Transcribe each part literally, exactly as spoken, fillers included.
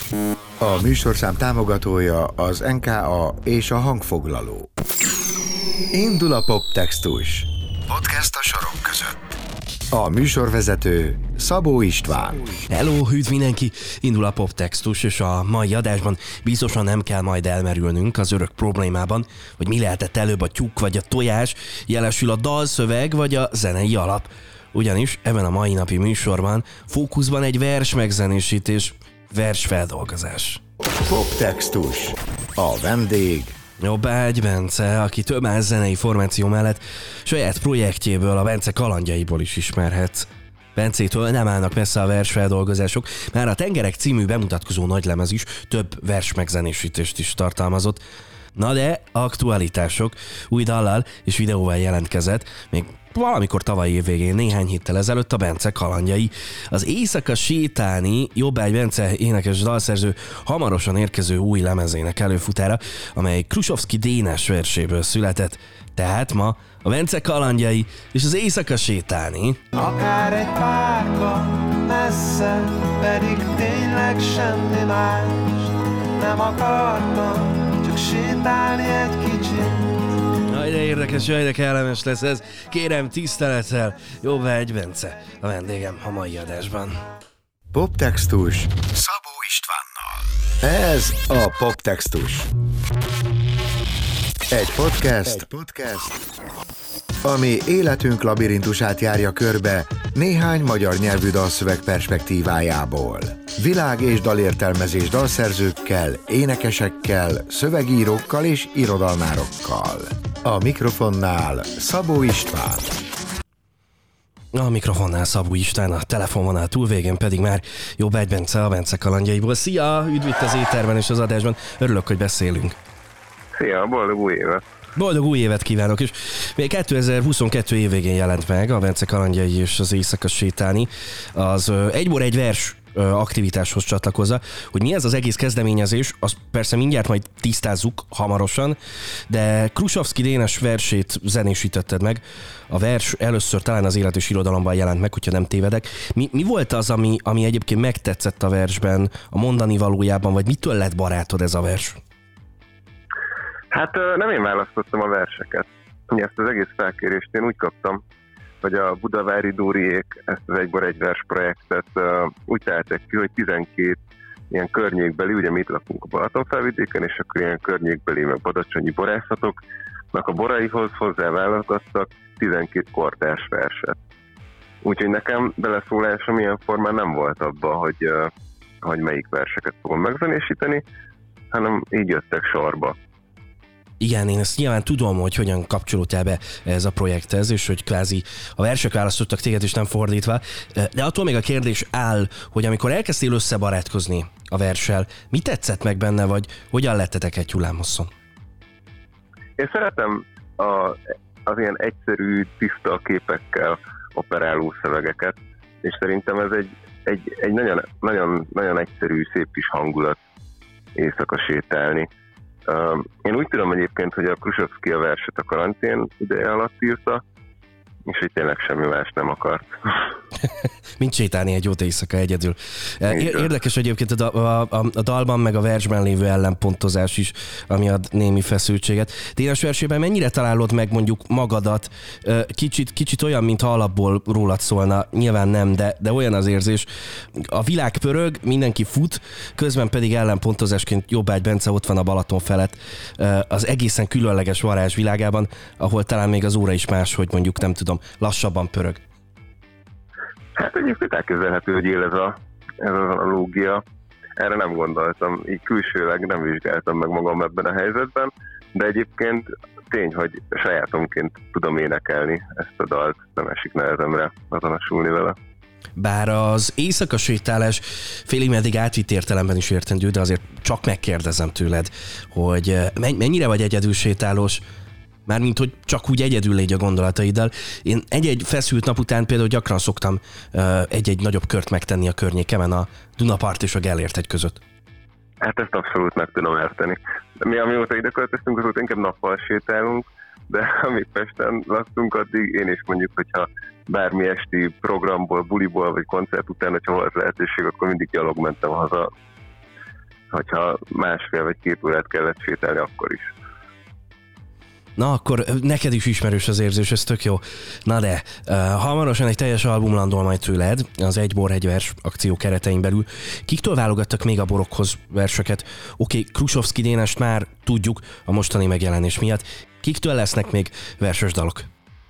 A műsorszám támogatója az en ká á és a Hangfoglaló. Indul a poptextus. Podcast a sorok között. A műsorvezető Szabó István. Hello, üdv mindenki! Indul a poptextus, és a mai adásban biztosan nem kell majd elmerülnünk az örök problémában, hogy mi lehetett előbb, a tyúk vagy a tojás, jelesül a dalszöveg vagy a zenei alap. Ugyanis ebben a mai napi műsorban fókuszban egy vers megzenésítés, versfeldolgozás. Poptextus. A vendég Jobbágy Bence, aki több más zenei formáció mellett saját projektjéből, a Bence kalandjaiból is ismerhetsz. Bencétől nem állnak messze a versfeldolgozások, már a Tengerek című bemutatkozó nagylemez is több vers megzenésítést is tartalmazott. Na de aktualitások, új dallal és videóval jelentkezett, még valamikor tavaly év végén, néhány héttel ezelőtt a Bence kalandjai. Az Éjszaka sétálni Jobbágy Bence énekes dalszerző hamarosan érkező új lemezének előfutára, amely Krusovszky Dénes verséből született. Tehát ma a Bence kalandjai és az Éjszaka sétálni. Akár egy párka messze, pedig tényleg semmi más nem akartam, csak sétálni egy kicsit. Jaj, de érdekes, jaj, de kellemes lesz ez. Kérem tisztelettel, Jobbágy Bence, a vendégem a mai adásban. Poptextus Szabó Istvánnal. Ez a Poptextus. Egy podcast, Egy podcast, ami életünk labirintusát járja körbe néhány magyar nyelvű dalszöveg perspektívájából. Világ- és dalértelmezés dalszerzőkkel, énekesekkel, szövegírókkal és irodalmárokkal. A mikrofonnál Szabó István. A mikrofonnál Szabó István, a telefonvonal túlvégén pedig már Jobbágy Bence, a Bence kalandjaiból. Szia! Üdv itt az éterben és az adásban. Örülök, hogy beszélünk. Szia, boldog új évet! Boldog új évet kívánok, és még kétezer-huszonkettő év végén jelent meg a Bence kalandjai és az Éjszaka sétálni. Az egybor egy vers aktivitáshoz csatlakozza, hogy mi ez az egész kezdeményezés, azt persze mindjárt majd tisztázzuk hamarosan, de Krusovszky Dénes versét zenésítetted meg. A vers először talán az Élet és Irodalomban jelent meg, hogyha nem tévedek. Mi, mi volt az, ami, ami egyébként megtetszett a versben, a mondani valójában, vagy mitől lett barátod ez a vers? Hát nem én választottam a verseket. Ugye ezt az egész felkérést én úgy kaptam, hogy a Budavári Dóriék ezt az egybor egy vers projektet uh, úgy találták ki, hogy tizenkét ilyen környékbeli, ugye mi itt lakunk a Balatonfelvidéken, és akkor ilyen környékbeli, meg badacsonyi borászatoknak a boraihoz hozzáválogattak tizenkét kortárs verset. Úgyhogy nekem beleszólásom ilyen formán nem volt abban, hogy, uh, hogy melyik verseket fogom megzenésíteni, hanem így jöttek sorba. Igen, én ezt nyilván tudom, hogy hogyan kapcsolódtál be ez a projekthez, és hogy kvázi a versek választottak téged, és nem fordítva. De attól még a kérdés áll, hogy amikor elkezdtél összebarátkozni a verssel, mi tetszett meg benne, vagy hogyan lettetek egy hullámhosszon? Én szeretem a, az ilyen egyszerű, tiszta képekkel operáló szövegeket, és szerintem ez egy, egy, egy nagyon, nagyon, nagyon egyszerű, szép kis hangulat éjszaka sétálni. Uh, én úgy tudom egyébként, hogy a Krusovszky a verset a karantén ideje alatt írta, és hogy tényleg semmi más nem akart. Mint sétálni egy jót éjszaka egyedül. Érdekes egyébként a, a, a, a dalban meg a versben lévő ellenpontozás is, ami ad némi feszültséget. Dénes versében mennyire találod meg mondjuk magadat? Kicsit, kicsit olyan, mintha alapból rólad szólna, nyilván nem, de, de olyan az érzés. A világ pörög, mindenki fut, közben pedig ellenpontozásként Jobbágy Bence ott van a Balaton felett, az egészen különleges varázsvilágában, ahol talán még az óra is más, hogy mondjuk nem tudom, lassabban pörög. Hát egyébként elképzelhető, hogy él ez, a, ez az analógia. Erre nem gondoltam, így külsőleg nem vizsgáltam meg magam ebben a helyzetben, de egyébként tény, hogy sajátomként tudom énekelni ezt a dalt, nem esik nehezemre azonosulni vele. Bár az éjszaka sétálás félig meddig átvitt értelemben is értendő, de azért csak megkérdezem tőled, hogy mennyire vagy egyedül sétálós, mármint, hogy csak úgy egyedül légy a gondolataiddal. Én egy-egy feszült nap után például gyakran szoktam uh, egy-egy nagyobb kört megtenni a környékemen a Dunapart és a Gellért hegy között. Hát ezt abszolút meg tudom érteni. Mi amióta ide költöztünk, azóta inkább nappal sétálunk, de amíg Pesten laktunk, addig én is mondjuk, hogyha bármi esti programból, buliból vagy koncert után, hogyha volt lehetőség, akkor mindig gyalog mentem haza. hogyha másfél vagy két órát kellett sétálni, akkor is. Na, akkor neked is ismerős az érzés, ez tök jó. Na de, uh, hamarosan egy teljes album landol majd tőled, az Egy bor, egy vers akció keretein belül. Kiktől válogattak még a borokhoz verseket? Oké, okay, Krusovszky Dénest már tudjuk a mostani megjelenés miatt. Kiktől lesznek még verses dalok?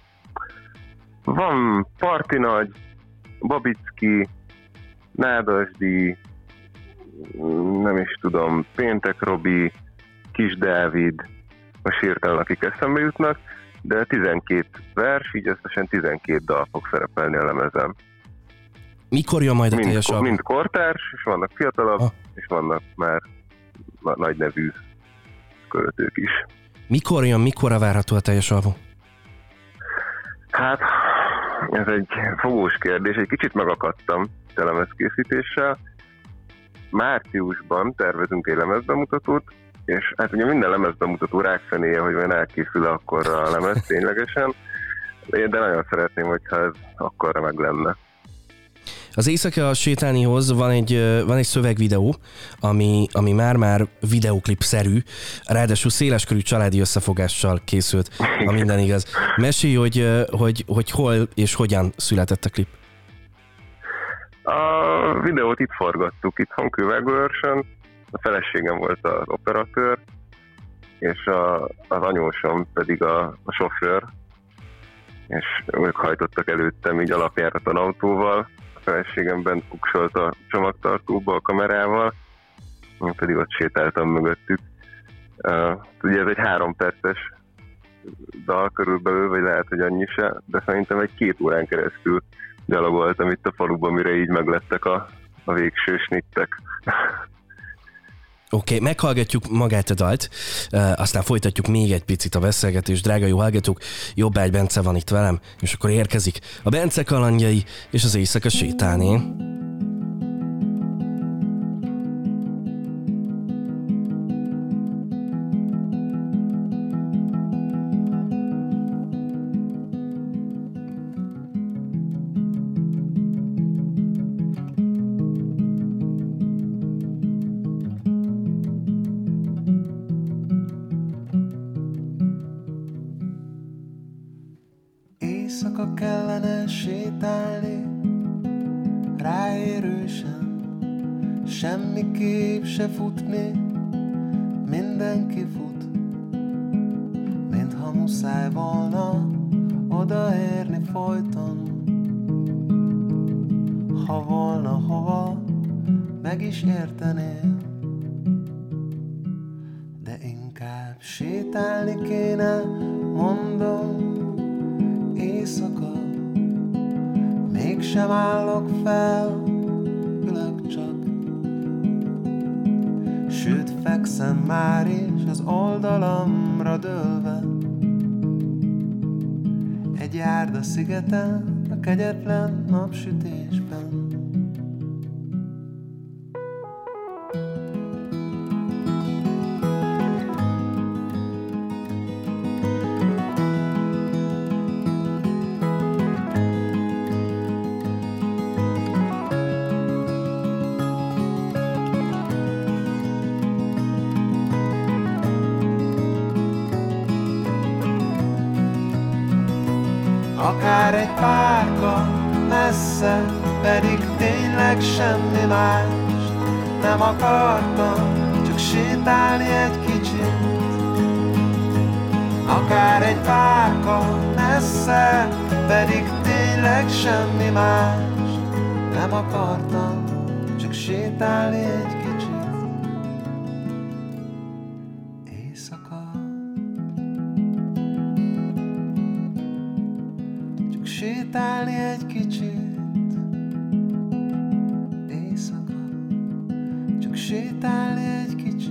Van Parti Nagy, Babicki, Nádasdi, nem is tudom, Péntek Robi, Kis Dávid, most hirtelen akik eszembe jutnak, de tizenkét vers, így összesen tizenkét dal fog szerepelni a lemezen. Mikor jön majd a mind, teljes album? Mind kortárs, és vannak fiatalabb, ah. és vannak már na- nagy nevű költők is. Mikor jön, mikorra várható a teljes album? Hát, ez egy fogós kérdés, egy kicsit megakadtam a lemezkészítéssel. Márciusban tervezünk egy lemezbemutatót, és hát ugye minden lemezbemutató rákfenéje, hogy olyan elkészül akkor a lemez ténylegesen, de nagyon szeretném, hogyha ez akkorra meg lenne. Az Éjszaka sétálnihoz van egy, van egy szövegvideó, ami, ami már-már videóklip-szerű, ráadásul széleskörű családi összefogással készült, ha minden igaz. Mesélj, hogy, hogy, hogy hol és hogyan született a klip. A videót itt forgattuk, itt Kővágőrsön. A feleségem volt az operatőr, és a, az anyósom pedig a, a sofőr, és ők hajtottak előttem így alapjáraton autóval. A feleségem bent kuksolt a csomagtartóba a kamerával, én pedig ott sétáltam mögöttük. Uh, ugye ez egy három perces dal körülbelül, vagy lehet, hogy annyi se, de szerintem egy két órán keresztül gyalogoltam itt a faluban, mire így meglettek a, a végső snittek. Oké, okay, meghallgatjuk magát a dalt, uh, aztán folytatjuk még egy picit a beszélgetést. Drága jó hallgatók, Jobbágy Bence van itt velem, és akkor érkezik a Bence kalandjai és az Éjszaka sétálni. Éjszaka kellene sétálni, ráérősen, semmiképp se futni, mindenki fut, mintha muszáj volna odaérni folyton. Ha volna hova, meg is érteném, de inkább sétálni kéne, mondom. Éjszaka, mégsem állok fel, ülök csak. Sőt, fekszem már is az oldalamra dőlve. Egy járda szigeten, a kegyetlen napsütésben. Akár egy párka messze, pedig tényleg semmi mást nem akartam, csak sétálni egy kicsit. Akár egy párka messze, pedig tényleg semmi mást nem akartam, csak sétálni egy kicsit. Éjszaka sétálni egy kicsit, éjszaka, csak sétálni egy kicsit.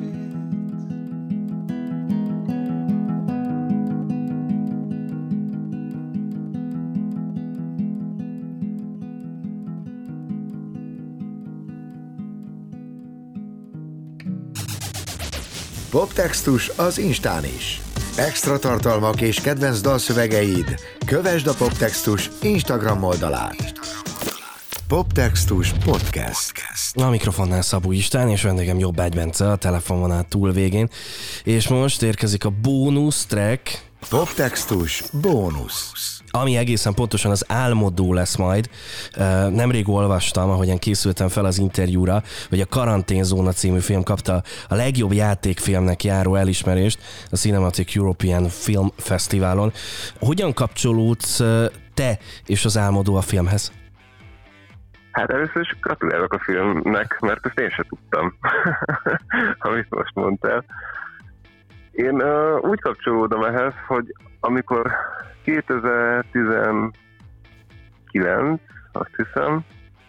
Poptextus az Instán is. Extra tartalmak és kedvenc dalszövegeid. Kövesd a Poptextus Instagram oldalát. Poptextus Podcast. A mikrofonnál Szabó István, és vendégem Jobbágy Bence a telefonvonal túlvégén. És most érkezik a bónusz track. Poptextus bónusz. Ami egészen pontosan az álmodó lesz majd. Nemrég olvastam, ahogyan készültem fel az interjúra, hogy a Karanténzóna című film kapta a legjobb játékfilmnek járó elismerést a Cinematic European Film Fesztiválon. Hogyan kapcsolódsz te és az álmodó a filmhez? Hát először is gratulálok a filmnek, mert ezt én sem tudtam, amit most mondtál. Én uh, úgy kapcsolódom ehhez, hogy amikor kétezer-tizenkilenc, azt hiszem,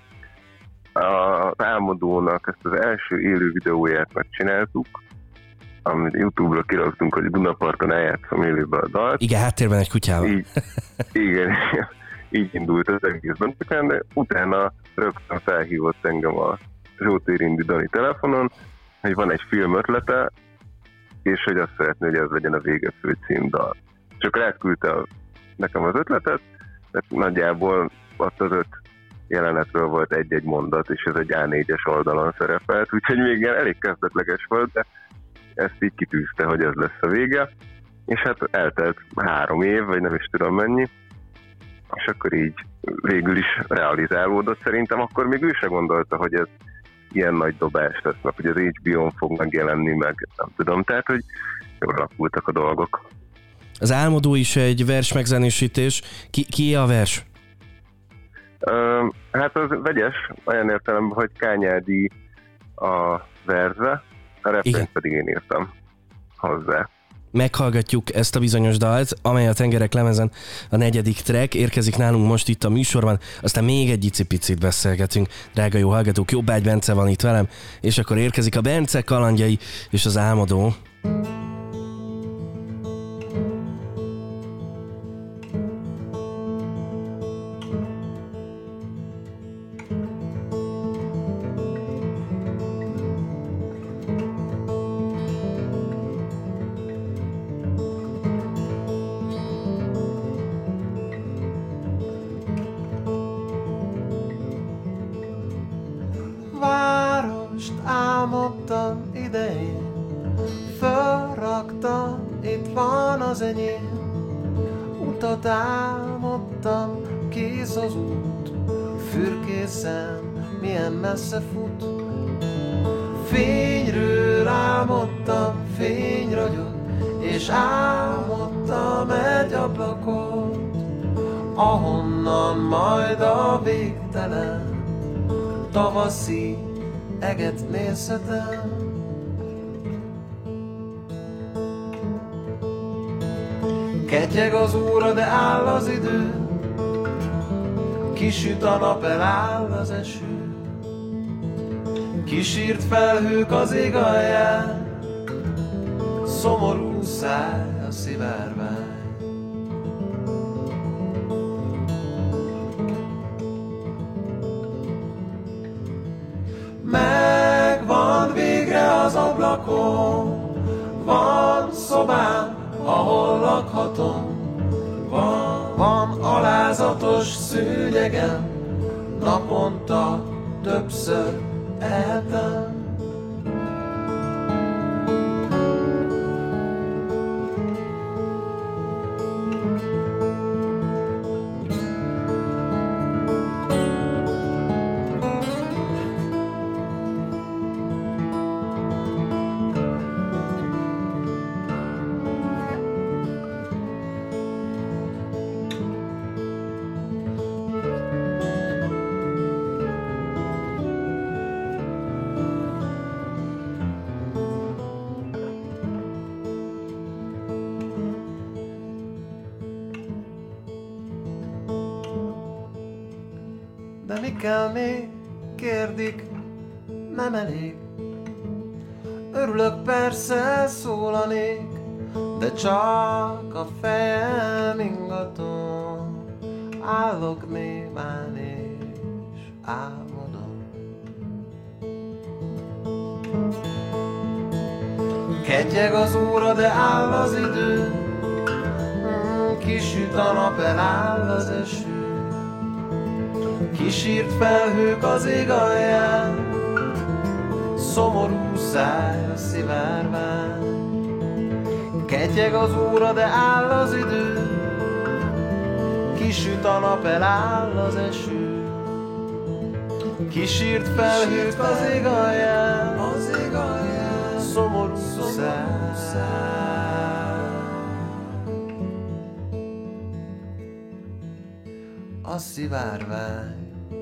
az álmodónak ezt az első élő videóját megcsináltuk, amit YouTube-ra kiraktunk, hogy Dunaparton eljátszom élőbe a dalt. Igen, háttérben egy kutyával. Így, igen, így indult az egészben. De utána rögtön felhívott engem a Zsótér Indi Dani telefonon, hogy van egy film ötlete, és hogy azt szeretné, hogy ez legyen a vége főcímdal. Csak átküldte nekem az ötletet, mert nagyjából ott az öt jelenetről volt egy-egy mondat, és ez egy á négyes oldalon szerepelt, úgyhogy még elég kezdetleges volt, de ezt így kitűzte, hogy ez lesz a vége. És hát eltelt három év, vagy nem is tudom mennyi, és akkor így végül is realizálódott szerintem. Akkor még ő se gondolta, hogy ez ilyen nagy dobás lesz, hogy az há bé ó-n fog megjelenni, meg nem tudom. Tehát, hogy jól alakultak a dolgok. Az álmodó is egy vers megzenésítés. Ki, ki a vers? Uh, hát az vegyes, olyan értelemben, hogy Kányádi a verze, a refrént pedig én írtam hozzá. Meghallgatjuk ezt a bizonyos dalt, amely a Tengerek lemezen a negyedik track, érkezik nálunk most itt a műsorban, aztán még egy icipicit beszélgetünk. Drága jó hallgatók, Jobbágy Bence van itt velem, és akkor érkezik a Bence kalandjai és az álmodó. Várost álmodtam idején, fölraktam, itt van az enyém. Utat álmodtam, kész az út, fürkészen milyen messze fut. Fényről álmodtam, fény ragyog, és álmodtam egy ablakot, ahonnan majd a végtelen tavaszi eget nézhetem. Ketyeg az óra, de áll az idő, kisüt a nap, eláll az eső. Kisírt felhők az ég alján, szomorú száj a szivárvány. Megvan végre az ablakon, van szobám, ahol lakhatom. Van, van alázatos szőnyegem, naponta többször ehetem. De mi kell még, kérdik, nem elég. Örülök, persze szólanék, de csak a fejem ingatom. Állok némán és álmodom. Ketyeg az óra, de áll az idő, kisüt a nap, eláll az eső. Kisírt felhők az ég alján, szomorú száj a szivárvány. Ketyeg az óra, de áll az idő, kisüt a nap, eláll az eső. Kisírt felhők az ég alján, az ég alján, szomorú száj a szivárvány.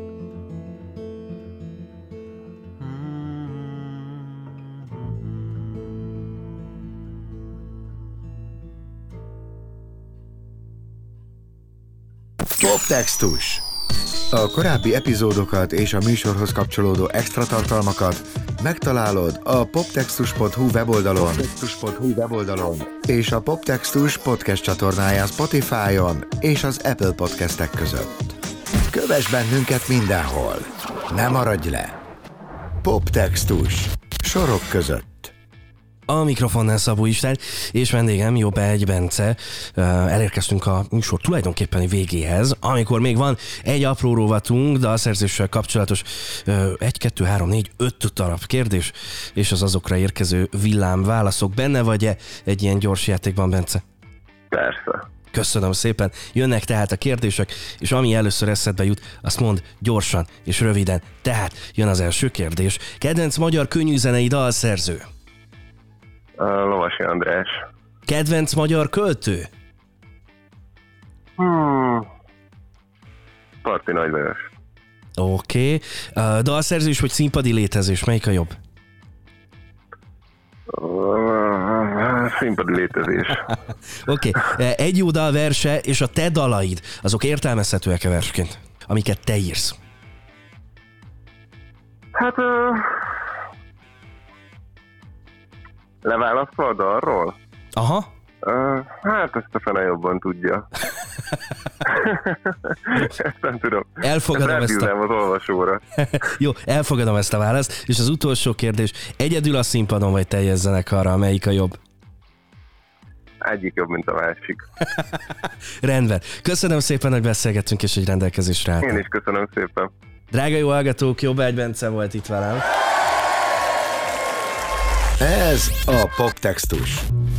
Poptextus. A korábbi epizódokat és a műsorhoz kapcsolódó extra tartalmakat megtalálod a poptextus pont hu weboldalon, poptextus pont hu weboldalon és a Poptextus podcast csatornáján Spotify-on és az Apple Podcastek között. Kövess bennünket mindenhol. Ne maradj le! Poptextus. Sorok között. A mikrofonnál Szabó István, és vendégem Jobb egy Bence. Elérkeztünk a műsor tulajdonképpen végéhez, amikor még van egy apró rovatunk, dalszerzéssel kapcsolatos egy, kettő, három, négy, öt darab kérdés, és az azokra érkező villám válaszok. Benne vagy-e egy ilyen gyors játékban, Bence? Persze. Köszönöm szépen. Jönnek tehát a kérdések, és ami először eszedbe jut, azt mondd gyorsan és röviden. Tehát jön az első kérdés. Kedvenc magyar könnyűzenei dalszerző? Uh, Lovasi András. Kedvenc magyar költő? Hmm. Parti Nagy Lajos. Oké. Okay. Uh, dalszerzés vagy színpadi létezés? Melyik a jobb? Uh, színpadi létezés. Oké. Okay. Egy jó dal verse és a te dalaid, azok értelmezhetőek-e versként? Amiket te írsz? Hát... Uh... Leválasztva a dalról? Aha. Uh, hát ezt a fene jobban tudja. Ezt nem tudom. Elfogadom ezt, ezt a... az olvasóra. Jó, elfogadom ezt a választ. És az utolsó kérdés, egyedül a színpadon vagy teljes zenekarral, melyik a jobb? Egyik jobb, mint a másik. Rendben. Köszönöm szépen, hogy beszélgettünk, és egy rendelkezésre álltam. Én is köszönöm szépen. Drága jó hallgatók, Jobb egy Bence volt itt velem. Ez a Poptextus.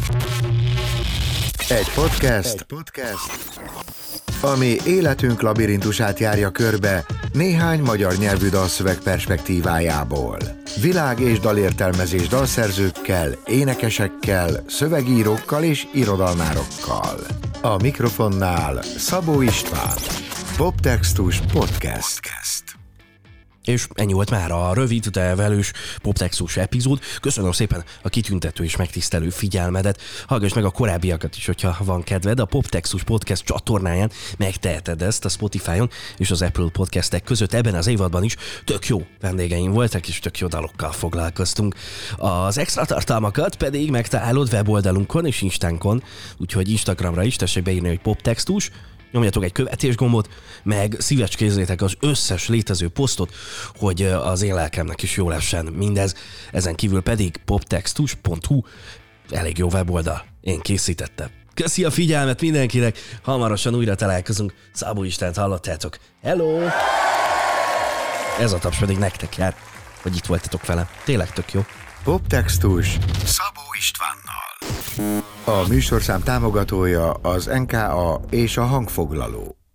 Egy podcast, Egy podcast, ami életünk labirintusát járja körbe néhány magyar nyelvű dalszöveg perspektívájából. Világ- és dalértelmezés dalszerzőkkel, énekesekkel, szövegírókkal és irodalmárokkal. A mikrofonnál Szabó István. Poptextus Podcast. És ennyi volt már a rövid, de velős Poptextus epizód. Köszönöm szépen a kitüntető és megtisztelő figyelmedet. Hallgass meg a korábbiakat is, hogyha van kedved. A Poptextus Podcast csatornáján megteheted ezt a Spotify-on és az Apple Podcastek között. Ebben az évadban is tök jó vendégeim voltak, és tök jó dalokkal foglalkoztunk. Az extra tartalmakat pedig megtalálod weboldalunkon és Instánkon, úgyhogy Instagramra is tessék beírni, hogy Poptextus. Nyomjatok egy követés gombot, meg szívecskézzétek az összes létező posztot, hogy az én lelkemnek is jó lessen mindez. Ezen kívül pedig poptextus pont hu, elég jó weboldal. Én készítettem. Köszi a figyelmet mindenkinek, hamarosan újra találkozunk. Szabó Istvánt hallottátok. Hello! Ez a taps pedig nektek jár, hogy itt voltatok velem. Tényleg tök jó. Poptextus Szabó Istvánnal. A műsorszám támogatója az en ká á és a Hangfoglaló.